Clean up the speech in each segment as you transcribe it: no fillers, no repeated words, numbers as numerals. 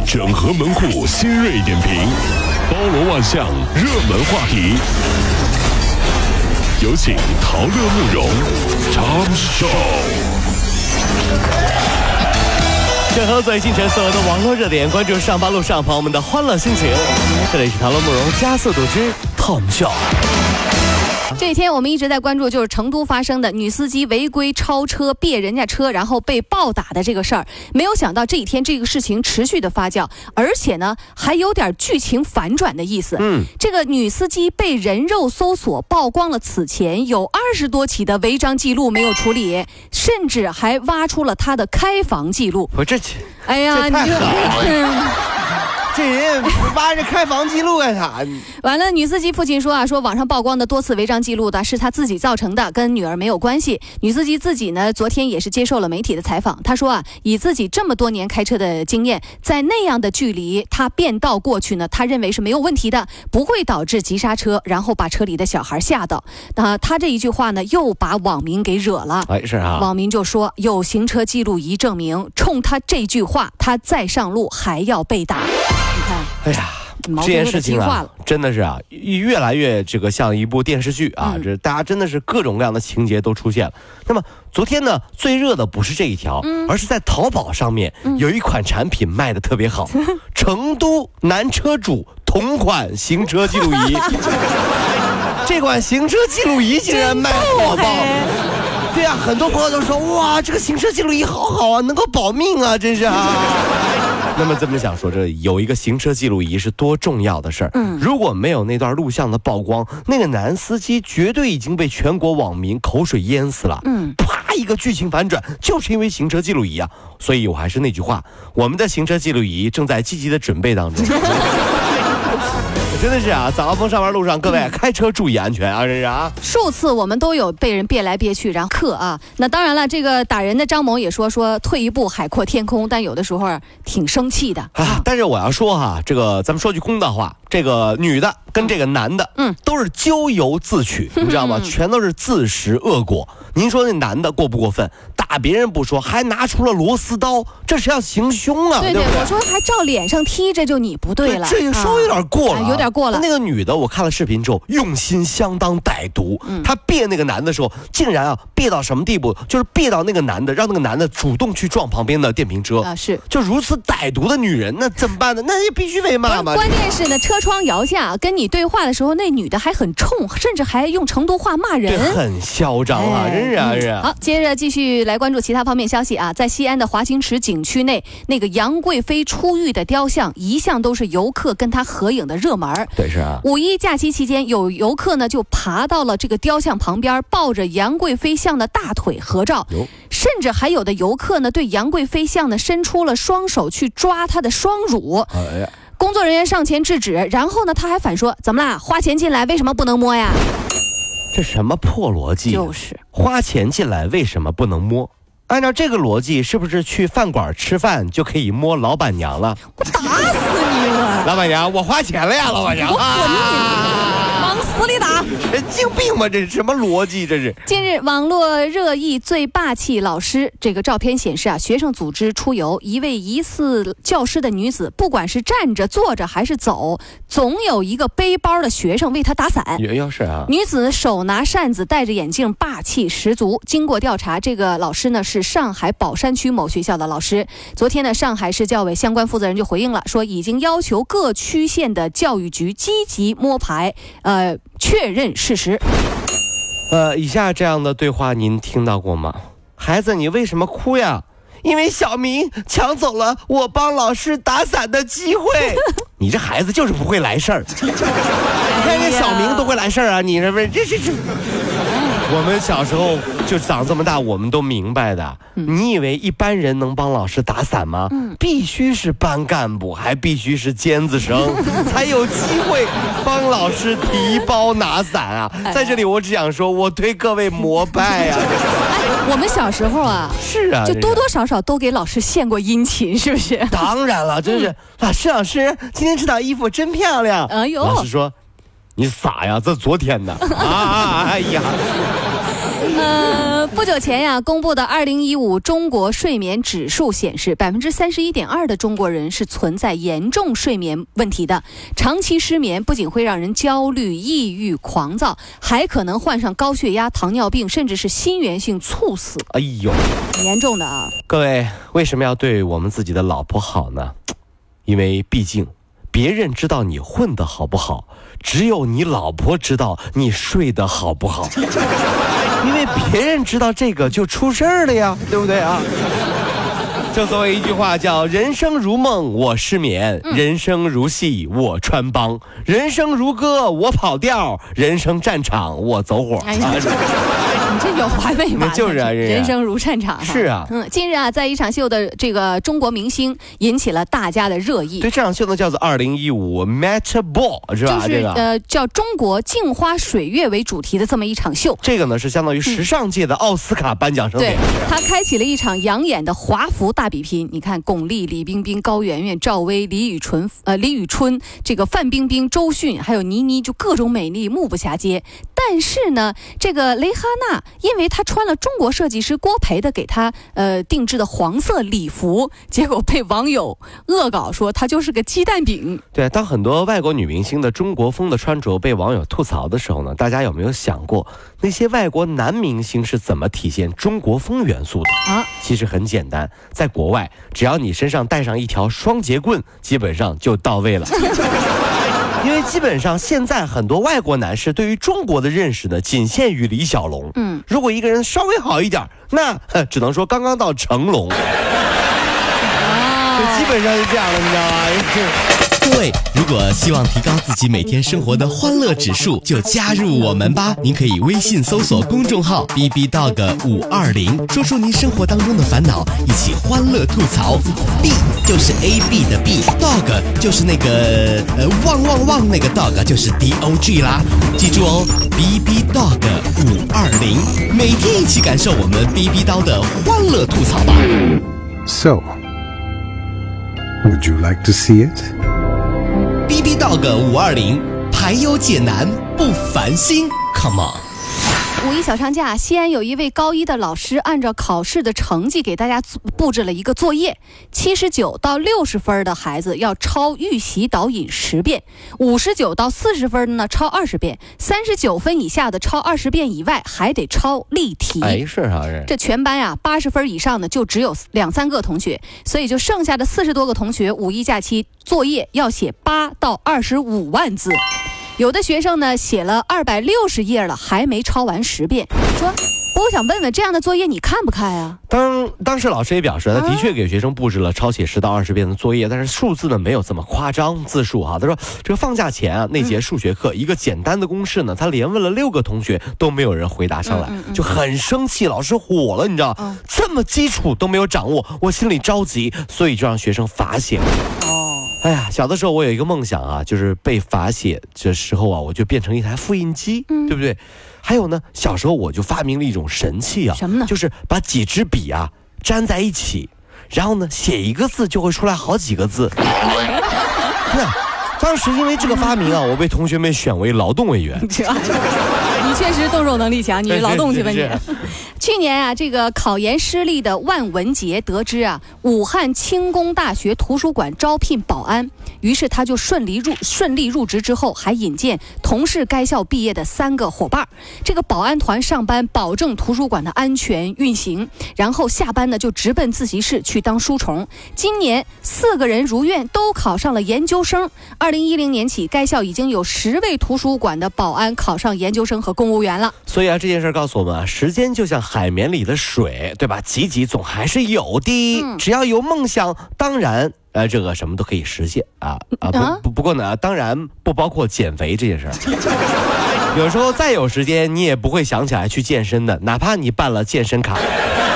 整合门户新锐点评，包罗万象，热门话题。有请陶乐慕容 Tom Show。 整合最近城所有的网络热点，关注上班路上朋友们的欢乐心情。这里是陶乐慕容加速度之 Tom Show。 这几天我们一直在关注，就是成都发生的女司机违规超车别人家车，然后被暴打的这个事儿。没有想到这几天这个事情持续的发酵，而且呢还有点剧情反转的意思。这个女司机被人肉搜索曝光了此前有20多起的违章记录没有处理，甚至还挖出了她的开房记录。 我这， 哎呀， 这太狠了。这人挖着开房记录干啥？ 完了，女司机父亲说说网上曝光的多次违章记录的是他自己造成的，跟女儿没有关系。女司机自己呢，昨天也是接受了媒体的采访，她说以自己这么多年开车的经验，在那样的距离，她变道过去呢，她认为是没有问题的，不会导致急刹车，然后把车里的小孩吓到。她这一句话呢，又把网民给惹了。 是啊， 网民就说有行车记录仪证明，冲她这句话，她再上路还要被打。你看， 哎呀，这件事情啊，真的是啊，越来越这个像一部电视剧啊，这大家真的是各种各样的情节都出现了。那么昨天呢，最热的不是这一条，而是在淘宝上面有一款产品卖的特别好，成都男车主同款行车记录仪。这款行车记录仪竟然卖火爆。对啊，很多朋友都说哇，这个行车记录仪好好啊，能够保命啊，真是啊。那么这么想说，这有一个行车记录仪是多重要的事儿。如果没有那段录像的曝光，那个男司机绝对已经被全国网民口水淹死了。啪一个剧情反转，就是因为行车记录仪啊。所以我还是那句话，我们的行车记录仪正在积极的准备当中。真的是啊，早高峰上班路上，各位开车注意安全啊！这是啊， 数次我们都有被人别来别去，然后克啊。那当然了，这个打人的张某也说退一步海阔天空，但有的时候挺生气的啊。 但是我要说哈，这个咱们说句公道话，这个女的跟这个男的，都是咎由自取，你知道吗？全都是自食恶果。您说那男的过不过分？打别人不说，还拿出了螺丝刀，这是要行凶啊！ 对，我说还照脸上踢，这就你不对了。 这稍微有点过了， 有点过了。 那个女的，我看了视频之后，用心相当歹毒。她别那个男的时候，竟然别到什么地步？就是别到那个男的，让那个男的主动去撞旁边的电瓶车。 是， 就如此歹毒的女人，那怎么办呢？那也必须被骂嘛。 关键是呢，车窗摇下跟你对话的时候，那女的还很冲，甚至还用成都话骂人， 对，很嚣张啊！真是啊，是啊。 好，接着继续来关注其他方面消息啊，在西安的华清池景区内，那个杨贵妃出狱的雕像一向都是游客跟她合影的热门。 对，是啊。 五一假期期间，有游客呢就爬到了这个雕像旁边，抱着杨贵妃像的大腿合照，甚至还有的游客呢对杨贵妃像呢伸出了双手去抓她的双乳。工作人员上前制止，然后呢他还反说：“怎么啦？花钱进来为什么不能摸呀？” 这什么破逻辑？ 就是花钱进来为什么不能摸？按照这个逻辑，是不是去饭馆吃饭就可以摸老板娘了？ 我打死你了！ 老板娘，我花钱了呀，老板娘！ 我滚你！往死里打！ 神经病吗？这是什么逻辑？这是。 近日，网络热议最霸气老师这个照片显示学生组织出游，一位疑似教师的女子，不管是站着、坐着还是走，总有一个背包的学生为她打伞。 是啊。 女子手拿扇子，戴着眼镜，霸气十足。经过调查，这个老师呢是上海宝山区某学校的老师。昨天呢，上海市教委相关负责人就回应了，说已经要求各区县的教育局积极摸排，确认事实。 以下这样的对话您听到过吗？孩子，你为什么哭呀？因为小明抢走了我帮老师打伞的机会。你这孩子就是不会来事儿。你看这小明都会来事儿啊，你是不是？这。我们小时候就长这么大，我们都明白的。你以为一般人能帮老师打伞吗？必须是班干部，还必须是尖子生，才有机会帮老师提包拿伞啊！在这里，我只想说，我对各位膜拜啊！ 我们小时候是啊， 就多多少少都给老师献过殷勤，是不是？ 当然了，真是。老师，今天这套衣服真漂亮。哎呦，老师说。你傻呀？这昨天的哎呀。 不久前呀，公布的2015中国睡眠指数显示，31.2%的中国人是存在严重睡眠问题的。长期失眠不仅会让人焦虑、抑郁、狂躁，还可能患上高血压、糖尿病，甚至是心源性猝死。 哎呦， 严重的啊！ 各位，为什么要对我们自己的老婆好呢？因为毕竟别人知道你混得好不好，只有你老婆知道你睡得好不好。因为别人知道这个就出事儿了呀，对不对啊？正所谓一句话叫人生如梦我失眠，人生如戏我穿帮，人生如歌我跑调，人生战场我走火。 哎呀，你这有完没完？ 就是啊， 人生如战场。 是啊， 近日啊，在一场秀的这个中国明星引起了大家的热议。 对，这场秀呢叫做2015 Met Ball， 是吧？ 就是叫中国镜花水月为主题的这么一场秀。 这个呢是相当于时尚界的奥斯卡颁奖盛典。 对，他开启了一场养眼的华服大比拼。你看，巩俐、李冰冰、高圆圆、赵薇、李宇春，这个范冰冰、周迅，还有倪妮，就各种美丽，目不暇接。但是呢，这个蕾哈娜，因为她穿了中国设计师郭培的给她定制的黄色礼服，结果被网友恶搞说她就是个鸡蛋饼。 对，当很多外国女明星的中国风的穿着被网友吐槽的时候呢，大家有没有想过那些外国男明星是怎么体现中国风元素的啊？其实很简单，在国外，只要你身上带上一条双节棍，基本上就到位了。因为基本上现在很多外国男士对于中国的认识呢，仅限于李小龙。如果一个人稍微好一点，那只能说刚刚到成龙。就基本上是这样的，你知道吗？ 各位，如果希望提高自己每天生活的欢乐指数，就加入我们吧。您可以微信搜索公众号 bbdog520， 说出您生活当中的烦恼，一起欢乐吐槽。B 就是 AB 的 B，Dog 就是那个汪那个 Dog 就是 DOG 啦。记住哦 ，bbdog520， 每天一起感受我们 BB 刀的欢乐吐槽吧。 So, would you like to see it?BB Dog 520，排忧解难不烦心 ，Come on！ 五一小长假，西安有一位高一的老师按照考试的成绩给大家布置了一个作业，79到60分的孩子要抄预习导引10遍，59到40分的呢抄20遍，39分以下的抄20遍以外还得抄例题。 哎，是啊，是。 这全班呀，80分以上的就只有2-3个同学，所以就剩下的40多个同学，五一假期作业要写8到25万字。有的学生呢写了260页了，还没抄完10遍。说，我想问问，这样的作业你看不看呀？ 当时老师也表示，他的确给学生布置了抄写10到20遍的作业，但是数字呢没有这么夸张，字数哈。他说这个放假前啊，那节数学课一个简单的公式呢，他连问了6个同学都没有人回答上来，就很生气，老师火了，你知道，这么基础都没有掌握，我心里着急，所以就让学生罚写了。哎呀，小的时候我有一个梦想啊，就是被罚写的时候啊，我就变成一台复印机，对不对？还有呢，小时候我就发明了一种神器啊， 什么呢？ 就是把几支笔啊粘在一起，然后呢写一个字就会出来好几个字。当时因为这个发明啊，我被同学们选为劳动委员。 你确实动手能力强，你劳动去吧你。去年啊，这个考研失利的万文杰得知啊，武汉轻工大学图书馆招聘保安，于是他就顺利入职之后，还引荐同是该校毕业的3个伙伴。这个保安团上班保证图书馆的安全运行，然后下班呢就直奔自习室去当书虫。今年4个人如愿都考上了研究生。2010年起，该校已经有10位图书馆的保安考上研究生和公务员了。 所以啊，这件事告诉我们啊，时间就像海绵里的水，对吧？挤挤总还是有的。只要有梦想，当然这个什么都可以实现啊。不过呢，当然不包括减肥这件事。有时候再有时间，你也不会想起来去健身的，哪怕你办了健身卡。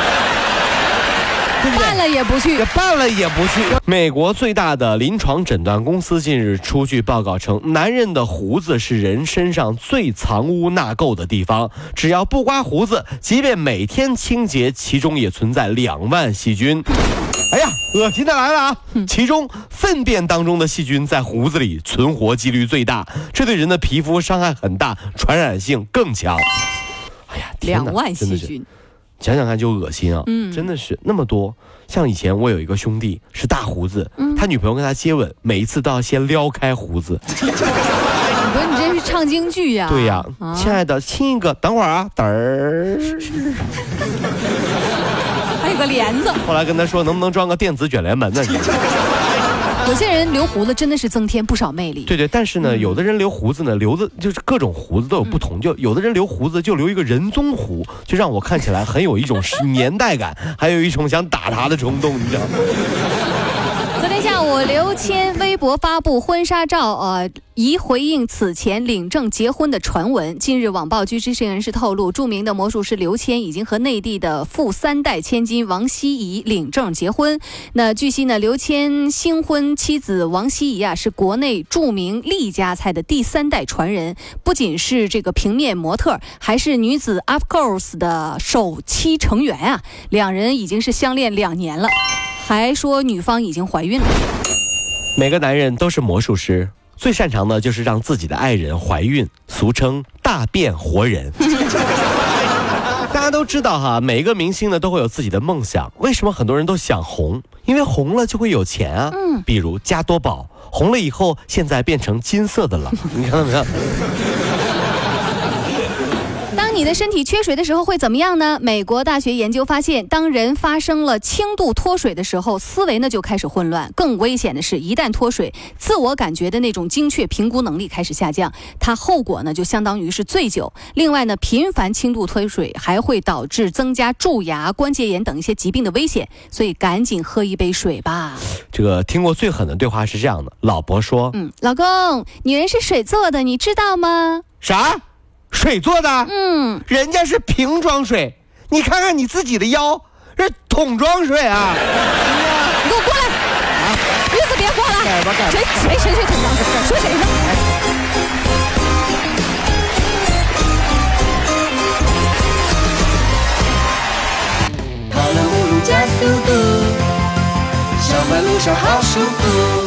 办了也不去， 办了也不去。美国最大的临床诊断公司近日出具报告称，男人的胡子是人身上最藏污纳垢的地方，只要不刮胡子，即便每天清洁，其中也存在2万细菌。哎呀，恶心的来了啊！其中粪便当中的细菌在胡子里存活几率最大，这对人的皮肤伤害很大，传染性更强。哎呀，天哪， 2万细菌。 想想看就恶心啊，真的是那么多。像以前我有一个兄弟是大胡子，他女朋友跟他接吻，每一次都要先撩开胡子。 不是你这是唱京剧呀？ 对呀，亲爱的，亲一个，等会儿啊，嘚儿。 还有个帘子。 后来跟他说，能不能装个电子卷帘门呢？ 有些人留胡子真的是增添不少魅力。 对，但是呢，有的人留胡子呢，留的就是各种胡子都有不同，就有的人留胡子就留一个人棕胡，就让我看起来很有一种年代感，还有一种想打他的冲动，你知道吗？ 昨天下午，刘谦微博发布婚纱照，以回应此前领证结婚的传闻。近日，网曝据知情人士透露，著名的魔术师刘谦已经和内地的富3代千金王希怡领证结婚。那据悉呢，刘谦新婚妻子王希怡是国内著名丽家菜的第3代传人，不仅是这个平面模特，还是女子 Up Girls 的首期成员啊。两人已经是相恋2年了。还说女方已经怀孕了。 每个男人都是魔术师，最擅长的就是让自己的爱人怀孕，俗称大变活人。大家都知道哈，每一个明星呢都会有自己的梦想。为什么很多人都想红？因为红了就会有钱啊。比如加多宝，红了以后现在变成金色的了，你看到没有？ 当你的身体缺水的时候会怎么样呢？美国大学研究发现，当人发生了轻度脱水的时候，思维呢就开始混乱。更危险的是，一旦脱水，自我感觉的那种精确评估能力开始下降，它后果呢就相当于是醉酒。另外呢，频繁轻度脱水还会导致增加蛀牙、关节炎等一些疾病的危险，所以赶紧喝一杯水吧。 这个听过最狠的对话是这样的：老婆说， 老公，女人是水做的，你知道吗？ 啥？水做的？人家是瓶装水，你看看你自己的腰，这桶装水啊！ 你给我过来！日子别过了！谁桶装水？说谁呢？ 跑了5路加速度，上班路上好舒服。